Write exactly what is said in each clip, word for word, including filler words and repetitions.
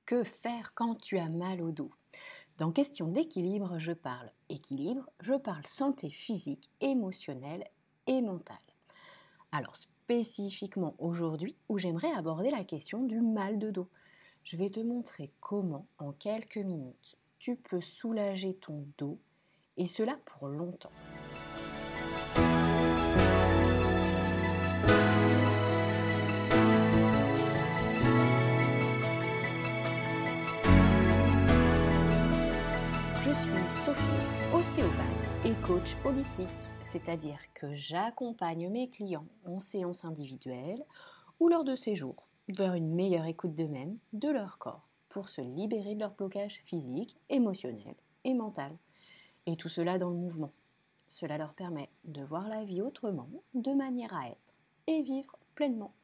Que faire quand tu as mal au dos? Dans question d'équilibre, je parle équilibre, je parle santé physique, émotionnelle et mentale. Alors spécifiquement aujourd'hui, où j'aimerais aborder la question du mal de dos. Je vais te montrer comment, en quelques minutes, tu peux soulager ton dos, et cela pour longtemps. Je suis Sophie, ostéopathe et coach holistique, c'est-à-dire que j'accompagne mes clients en séance individuelle ou lors de séjours vers une meilleure écoute d'eux-mêmes, de leur corps, pour se libérer de leur blocage physique, émotionnel et mental. Et tout cela dans le mouvement. Cela leur permet de voir la vie autrement, de manière à être et vivre pleinement.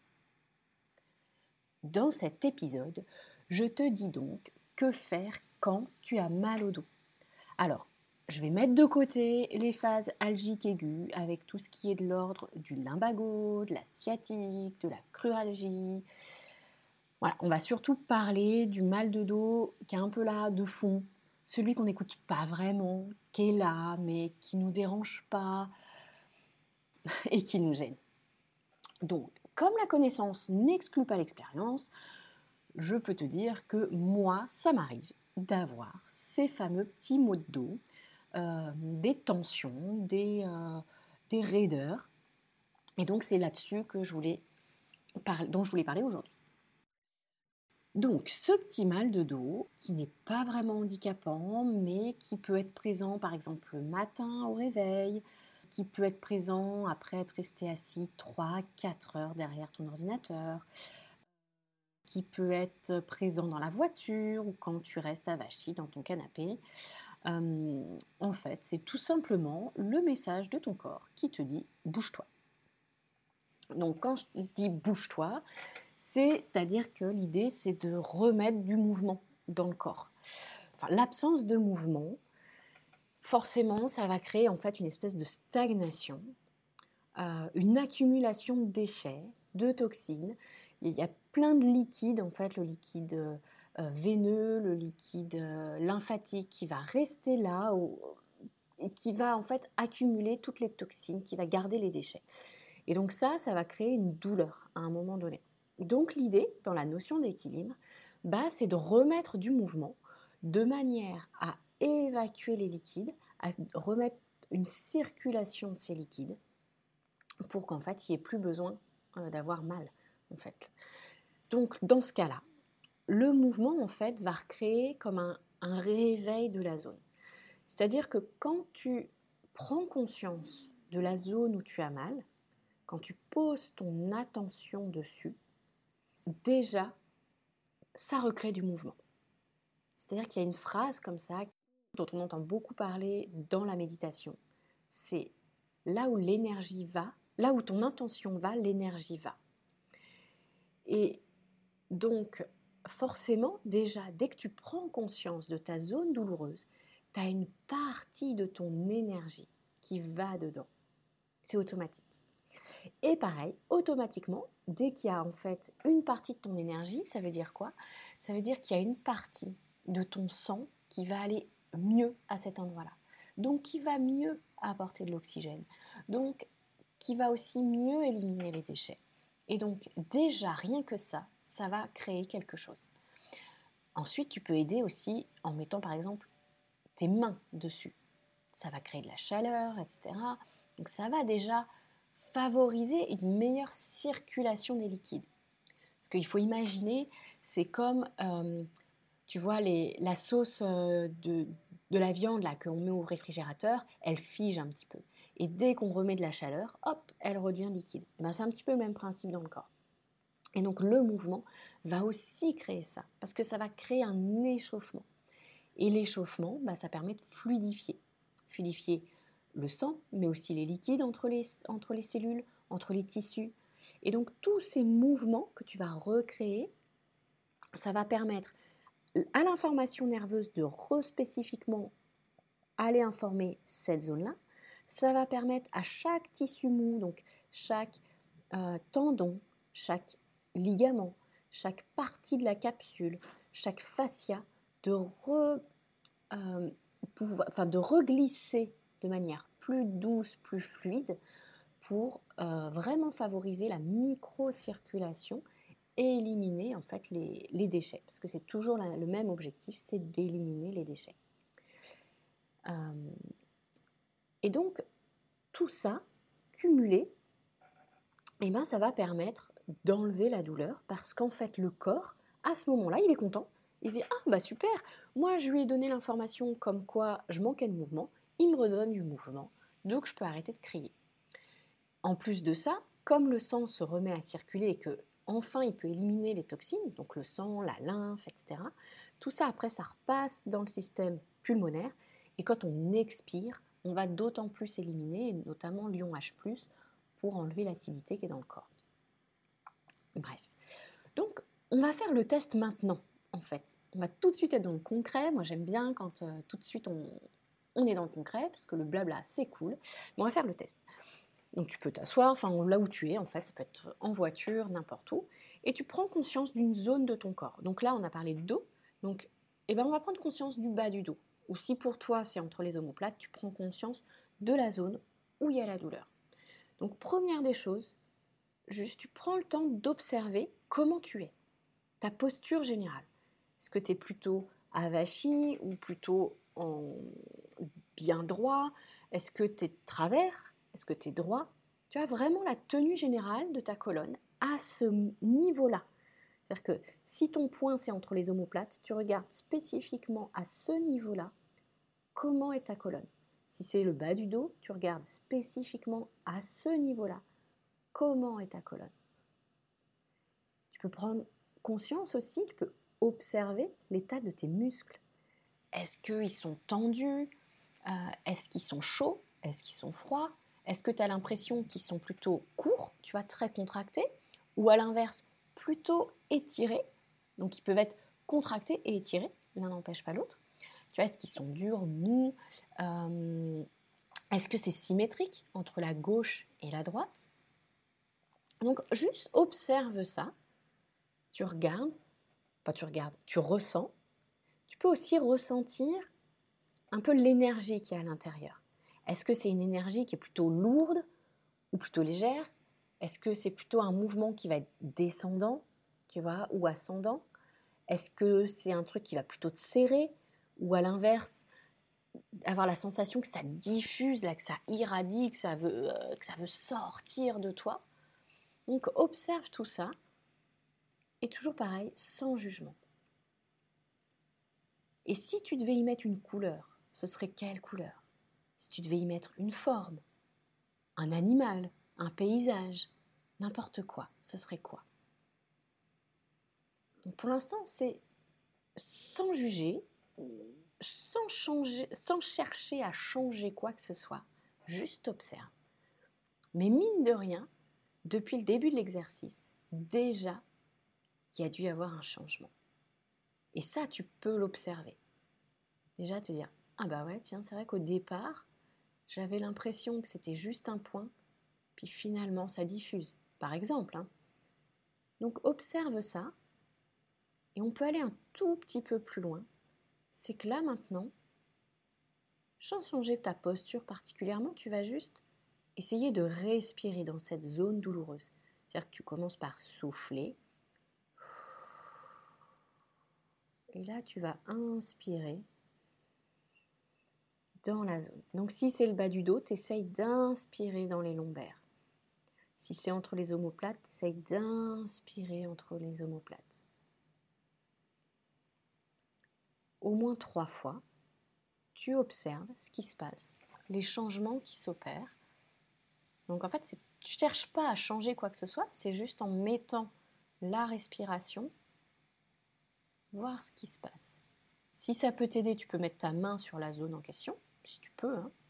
Dans cet épisode, je te dis donc que faire quand tu as mal au dos. Alors, je vais mettre de côté les phases algiques aiguës avec tout ce qui est de l'ordre du lumbago, de la sciatique, de la cruralgie. Voilà, on va surtout parler du mal de dos qui est un peu là de fond, celui qu'on n'écoute pas vraiment, qui est là mais qui ne nous dérange pas et qui nous gêne. Donc, comme la connaissance n'exclut pas l'expérience, je peux te dire que moi, ça m'arrive d'avoir ces fameux petits maux de dos, euh, des tensions, des, euh, des raideurs. Et donc, c'est là-dessus que je voulais par- dont je voulais parler aujourd'hui. Donc, ce petit mal de dos, qui n'est pas vraiment handicapant, mais qui peut être présent, par exemple, le matin au réveil, qui peut être présent après être resté assis trois à quatre heures derrière ton ordinateur, qui peut être présent dans la voiture ou quand tu restes avachi dans ton canapé. Euh, en fait, c'est tout simplement le message de ton corps qui te dit « bouge-toi ». Donc quand je dis « bouge-toi », c'est-à-dire que l'idée, c'est de remettre du mouvement dans le corps. Enfin, l'absence de mouvement, forcément, ça va créer en fait une espèce de stagnation, euh, une accumulation de déchets, de toxines. Il y a plein de liquides, en fait, le liquide euh, veineux, le liquide euh, lymphatique qui va rester là au, et qui va en fait accumuler toutes les toxines, qui va garder les déchets. Et donc ça, ça va créer une douleur à un moment donné. Donc l'idée, dans la notion d'équilibre, bah, c'est de remettre du mouvement de manière à évacuer les liquides, à remettre une circulation de ces liquides pour qu'en fait, il n'y ait plus besoin euh, d'avoir mal, en fait. Donc dans ce cas-là, le mouvement, en fait, va recréer comme un, un réveil de la zone. C'est-à-dire que quand tu prends conscience de la zone où tu as mal, quand tu poses ton attention dessus, déjà, ça recrée du mouvement. C'est-à-dire qu'il y a une phrase comme ça, dont on entend beaucoup parler dans la méditation. C'est là où l'énergie va, là où ton intention va, l'énergie va. Et donc, forcément, déjà, dès que tu prends conscience de ta zone douloureuse, tu as une partie de ton énergie qui va dedans. C'est automatique. Et pareil, automatiquement, dès qu'il y a en fait une partie de ton énergie, ça veut dire quoi? Ça veut dire qu'il y a une partie de ton sang qui va aller mieux à cet endroit-là. Donc qui va mieux apporter de l'oxygène. Donc qui va aussi mieux éliminer les déchets. Et donc déjà, rien que ça, ça va créer quelque chose. Ensuite, tu peux aider aussi en mettant par exemple tes mains dessus. Ça va créer de la chaleur, et cetera. Donc ça va déjà favoriser une meilleure circulation des liquides. Parce qu'il faut imaginer, c'est comme, euh, tu vois, les, la sauce euh, de, de la viande là qu'on met au réfrigérateur, elle fige un petit peu. Et dès qu'on remet de la chaleur, hop, elle redevient liquide. Et ben, c'est un petit peu le même principe dans le corps. Et donc le mouvement va aussi créer ça, parce que ça va créer un échauffement. Et l'échauffement, bah, ça permet de fluidifier. Fluidifier le sang, mais aussi les liquides entre les, entre les cellules, entre les tissus. Et donc tous ces mouvements que tu vas recréer, ça va permettre à l'information nerveuse de respécifiquement aller informer cette zone-là. Ça va permettre à chaque tissu mou, donc chaque euh, tendon, chaque ligament, chaque partie de la capsule, chaque fascia de, re, euh, pouvoir, enfin, de reglisser de manière plus douce, plus fluide, pour euh, vraiment favoriser la microcirculation et éliminer en fait les, les déchets, parce que c'est toujours la, le même objectif, c'est d'éliminer les déchets. Euh, et donc tout ça cumulé, eh ben, ça va permettre d'enlever la douleur, parce qu'en fait le corps, à ce moment-là, il est content. Il se dit « Ah bah super, moi je lui ai donné l'information comme quoi je manquais de mouvement, il me redonne du mouvement, donc je peux arrêter de crier. » En plus de ça, comme le sang se remet à circuler et que enfin il peut éliminer les toxines, donc le sang, la lymphe, et cetera, tout ça après ça repasse dans le système pulmonaire, et quand on expire, on va d'autant plus éliminer, notamment l'ion H plus, pour enlever l'acidité qui est dans le corps. Bref. Donc, on va faire le test maintenant, en fait. On va tout de suite être dans le concret. Moi, j'aime bien quand euh, tout de suite on, on est dans le concret, parce que le blabla, c'est cool. Mais on va faire le test. Donc, tu peux t'asseoir, enfin, là où tu es, en fait, ça peut être en voiture, n'importe où, et tu prends conscience d'une zone de ton corps. Donc là, on a parlé du dos. Donc, eh ben, on va prendre conscience du bas du dos. Ou si pour toi, c'est entre les omoplates, tu prends conscience de la zone où il y a la douleur. Donc, première des choses, juste, tu prends le temps d'observer comment tu es, ta posture générale. Est-ce que tu es plutôt avachi ou plutôt en bien droit? Est-ce que tu es de travers? Est-ce que tu es droit? Tu as vraiment la tenue générale de ta colonne à ce niveau-là. C'est-à-dire que si ton point c'est entre les omoplates, tu regardes spécifiquement à ce niveau-là comment est ta colonne. Si c'est le bas du dos, tu regardes spécifiquement à ce niveau-là comment est ta colonne. Tu peux prendre conscience aussi, tu peux observer l'état de tes muscles. Est-ce qu'ils sont tendus? euh, Est-ce qu'ils sont chauds? Est-ce qu'ils sont froids? Est-ce que tu as l'impression qu'ils sont plutôt courts, tu vois, très contractés? Ou à l'inverse, plutôt étirés? Donc ils peuvent être contractés et étirés, l'un n'empêche pas l'autre. Tu vois, est-ce qu'ils sont durs, mous? euh, Est-ce que c'est symétrique entre la gauche et la droite? Donc juste observe ça. Tu regardes, pas tu regardes, tu ressens. Tu peux aussi ressentir un peu l'énergie qu'il y a à l'intérieur. Est-ce que c'est une énergie qui est plutôt lourde ou plutôt légère? Est-ce que c'est plutôt un mouvement qui va être descendant, tu vois, ou ascendant? Est-ce que c'est un truc qui va plutôt te serrer, ou à l'inverse, avoir la sensation que ça diffuse, là, que ça irradie, que ça veut, euh, que ça veut sortir de toi? Donc observe tout ça, et toujours pareil, sans jugement. Et si tu devais y mettre une couleur, ce serait quelle couleur? Si tu devais y mettre une forme, un animal, un paysage, n'importe quoi, ce serait quoi? Donc pour l'instant, c'est sans juger, sans, changer, sans chercher à changer quoi que ce soit, juste observe. Mais mine de rien, depuis le début de l'exercice, déjà, il y a dû y avoir un changement. Et ça, tu peux l'observer. Déjà te dire, ah bah ouais, tiens, c'est vrai qu'au départ, j'avais l'impression que c'était juste un point, puis finalement ça diffuse, par exemple. Hein. Donc observe ça, et on peut aller un tout petit peu plus loin. C'est que là maintenant, sans changer ta posture particulièrement, tu vas juste essayer de respirer dans cette zone douloureuse. C'est-à-dire que tu commences par souffler, et là tu vas inspirer dans la zone. Donc si c'est le bas du dos, tu essayes d'inspirer dans les lombaires. Si c'est entre les omoplates, tu essayes d'inspirer entre les omoplates. Au moins trois fois, tu observes ce qui se passe, les changements qui s'opèrent. Donc en fait, c'est, tu ne cherches pas à changer quoi que ce soit, c'est juste en mettant la respiration, voir ce qui se passe. Si ça peut t'aider, tu peux mettre ta main sur la zone en question, si tu peux. Hein.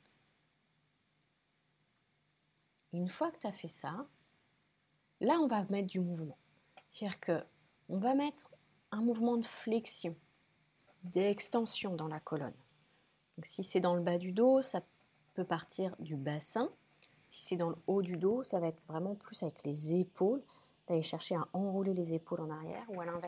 Une fois que tu as fait ça, là, on va mettre du mouvement. C'est-à-dire qu'on va mettre un mouvement de flexion, d'extension dans la colonne. Donc, si c'est dans le bas du dos, ça peut partir du bassin. Si c'est dans le haut du dos, ça va être vraiment plus avec les épaules, d'aller chercher à enrouler les épaules en arrière, ou à l'inverse,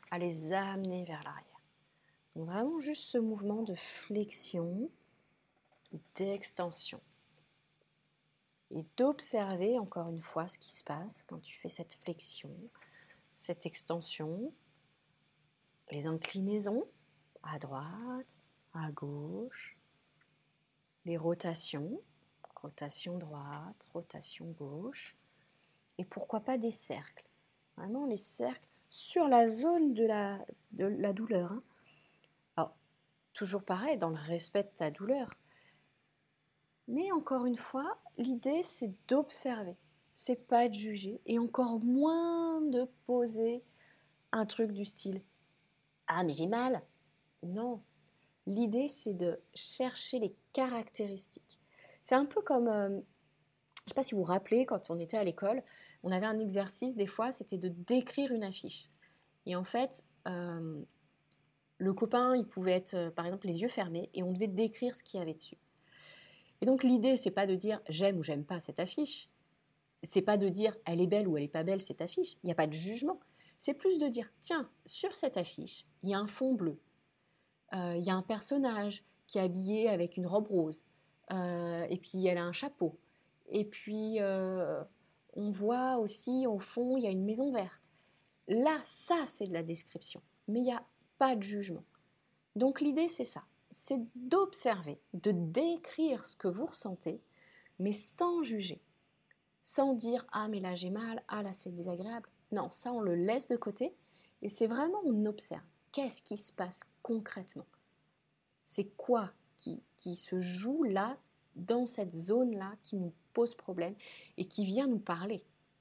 à les amener vers l'arrière. Donc vraiment juste ce mouvement de flexion, d'extension. Et d'observer encore une fois ce qui se passe quand tu fais cette flexion, cette extension, les inclinaisons à droite, à gauche, les rotations, rotation droite, rotation gauche, et pourquoi pas des cercles. Vraiment les cercles sur la zone de la, de la douleur. Hein. Alors, toujours pareil, dans le respect de ta douleur. Mais encore une fois, l'idée c'est d'observer, c'est pas de juger, et encore moins de poser un truc du style « Ah mais j'ai mal !» Non, l'idée c'est de chercher les caractéristiques. C'est un peu comme, euh, je ne sais pas si vous vous rappelez, quand on était à l'école, on avait un exercice des fois, c'était de décrire une affiche. Et en fait, euh, le copain, il pouvait être euh, par exemple les yeux fermés, et on devait décrire ce qu'il y avait dessus. Et donc l'idée, c'est pas de dire j'aime ou j'aime pas cette affiche. C'est pas de dire elle est belle ou elle est pas belle cette affiche. Il n'y a pas de jugement. C'est plus de dire tiens, sur cette affiche, il y a un fond bleu. Euh, il y a un personnage qui est habillé avec une robe rose. Euh, et puis elle a un chapeau. Et puis euh, on voit aussi au fond, il y a une maison verte. Là, ça, c'est de la description. Mais il n'y a pas de jugement. Donc l'idée, c'est ça. C'est d'observer, de décrire ce que vous ressentez, mais sans juger. Sans dire « Ah, mais là, j'ai mal. Ah, là, c'est désagréable. » Non, ça, on le laisse de côté. Et c'est vraiment, on observe. Qu'est-ce qui se passe concrètement? C'est quoi qui, qui se joue là, dans cette zone-là, qui nous pose problème et qui vient nous parler?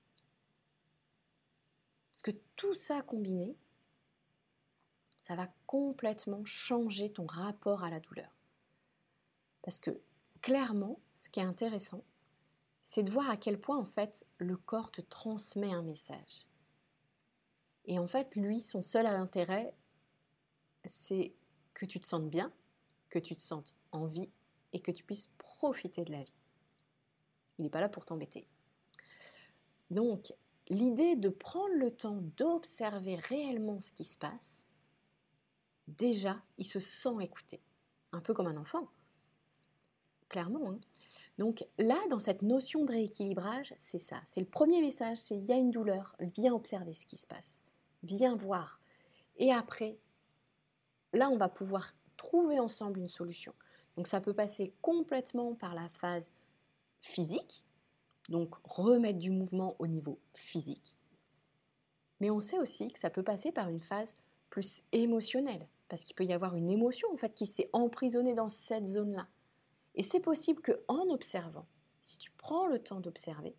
Parce que tout ça combiné, ça va complètement changer ton rapport à la douleur. Parce que clairement, ce qui est intéressant, c'est de voir à quel point en fait le corps te transmet un message. Et en fait, lui, son seul intérêt, c'est que tu te sentes bien, que tu te sentes en vie et que tu puisses profiter de la vie. Il n'est pas là pour t'embêter. Donc, l'idée de prendre le temps d'observer réellement ce qui se passe, déjà, il se sent écouté. Un peu comme un enfant. Clairement. Hein. Donc là, dans cette notion de rééquilibrage, c'est ça. C'est le premier message, c'est il y a une douleur, viens observer ce qui se passe. Viens voir. Et après, là, on va pouvoir trouver ensemble une solution. Donc ça peut passer complètement par la phase physique, donc remettre du mouvement au niveau physique. Mais on sait aussi que ça peut passer par une phase plus émotionnelle, parce qu'il peut y avoir une émotion en fait qui s'est emprisonnée dans cette zone-là. Et c'est possible qu'en observant, si tu prends le temps d'observer,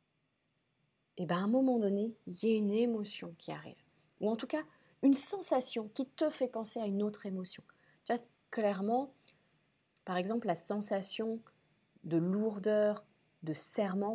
et ben à un moment donné, il y ait une émotion qui arrive. Ou en tout cas, une sensation qui te fait penser à une autre émotion. Tu vois, clairement, par exemple, la sensation de lourdeur, de serrement,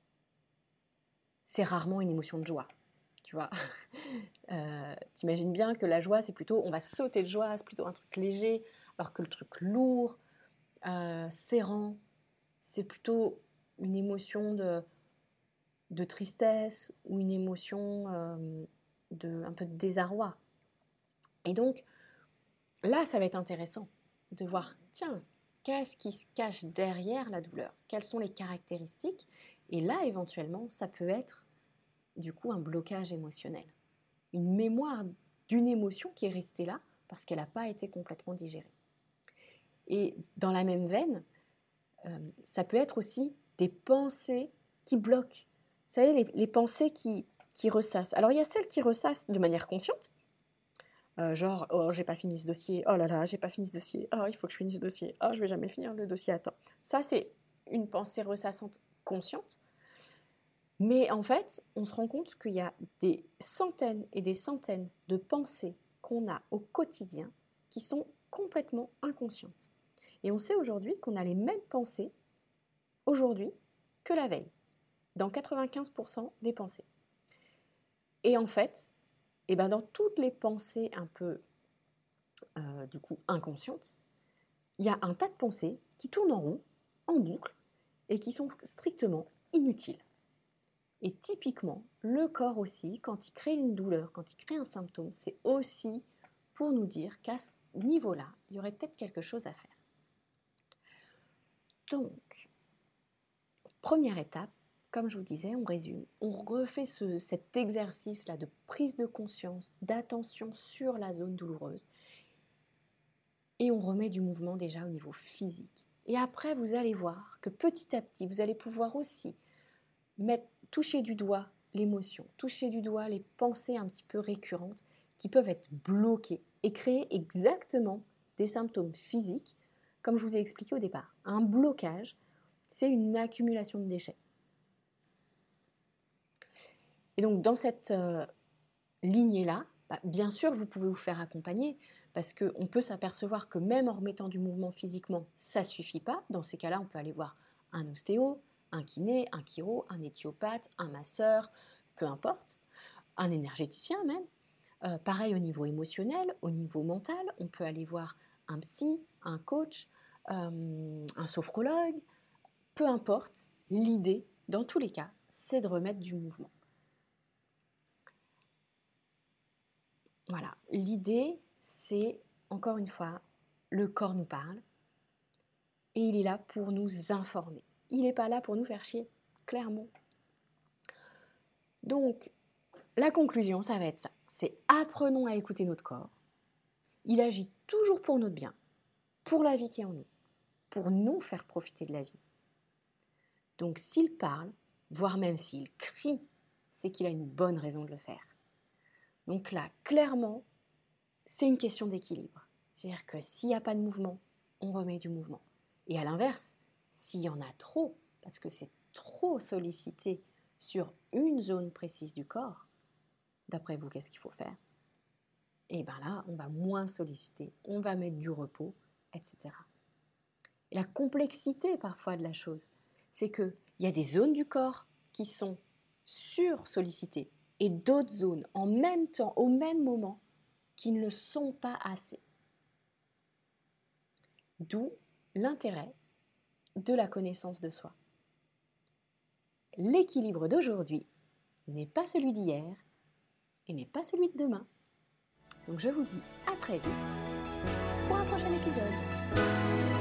c'est rarement une émotion de joie. Tu vois, euh, t'imagines bien que la joie, c'est plutôt, on va sauter de joie, c'est plutôt un truc léger, alors que le truc lourd, euh, serrant, c'est plutôt une émotion de, de tristesse ou une émotion euh, de, un peu de désarroi. Et donc, là, ça va être intéressant de voir, tiens, qu'est-ce qui se cache derrière la douleur? Quelles sont les caractéristiques? Et là, éventuellement, ça peut être, du coup, un blocage émotionnel. Une mémoire d'une émotion qui est restée là parce qu'elle n'a pas été complètement digérée. Et dans la même veine, euh, ça peut être aussi des pensées qui bloquent. Vous savez, les, les pensées qui, qui ressassent. Alors, il y a celles qui ressassent de manière consciente, euh, genre, oh, j'ai pas fini ce dossier, oh là là, j'ai pas fini ce dossier, oh, il faut que je finisse ce dossier, oh, je vais jamais finir le dossier à temps. Ça, c'est une pensée ressassante consciente. Mais en fait, on se rend compte qu'il y a des centaines et des centaines de pensées qu'on a au quotidien qui sont complètement inconscientes. Et on sait aujourd'hui qu'on a les mêmes pensées aujourd'hui que la veille, dans quatre-vingt-quinze pour cent des pensées. Et en fait, eh ben dans toutes les pensées un peu, euh, du coup, inconscientes, il y a un tas de pensées qui tournent en rond, en boucle, et qui sont strictement inutiles. Et typiquement, le corps aussi, quand il crée une douleur, quand il crée un symptôme, c'est aussi pour nous dire qu'à ce niveau-là, il y aurait peut-être quelque chose à faire. Donc, première étape, comme je vous disais, on résume, on refait ce, cet exercice-là de prise de conscience, d'attention sur la zone douloureuse, et on remet du mouvement déjà au niveau physique. Et après, vous allez voir que petit à petit, vous allez pouvoir aussi mettre, toucher du doigt l'émotion, toucher du doigt les pensées un petit peu récurrentes qui peuvent être bloquées et créer exactement des symptômes physiques, comme je vous ai expliqué au départ. Un blocage, c'est une accumulation de déchets. Et donc dans cette euh, lignée-là, bah, bien sûr, vous pouvez vous faire accompagner, parce qu'on peut s'apercevoir que même en remettant du mouvement physiquement, ça ne suffit pas. Dans ces cas-là, on peut aller voir un ostéo, un kiné, un chiro, un éthiopathe, un masseur, peu importe, un énergéticien même. Euh, pareil au niveau émotionnel, au niveau mental, on peut aller voir un psy, un coach, euh, un sophrologue, peu importe. L'idée, dans tous les cas, c'est de remettre du mouvement. Voilà, l'idée, c'est, encore une fois, le corps nous parle et il est là pour nous informer. Il n'est pas là pour nous faire chier, clairement. Donc, la conclusion, ça va être ça. C'est apprenons à écouter notre corps. Il agit toujours pour notre bien, pour la vie qui est en nous, pour nous faire profiter de la vie. Donc, s'il parle, voire même s'il crie, c'est qu'il a une bonne raison de le faire. Donc là, clairement, c'est une question d'équilibre. C'est-à-dire que s'il n'y a pas de mouvement, on remet du mouvement. Et à l'inverse, s'il y en a trop, parce que c'est trop sollicité sur une zone précise du corps, d'après vous, qu'est-ce qu'il faut faire? Et bien là, on va moins solliciter, on va mettre du repos, et cetera. Et la complexité parfois de la chose, c'est qu'il y a des zones du corps qui sont sur-sollicitées et d'autres zones en même temps, au même moment, qui ne le sont pas assez. D'où l'intérêt de la connaissance de soi. L'équilibre d'aujourd'hui n'est pas celui d'hier et n'est pas celui de demain. Donc je vous dis à très vite pour un prochain épisode.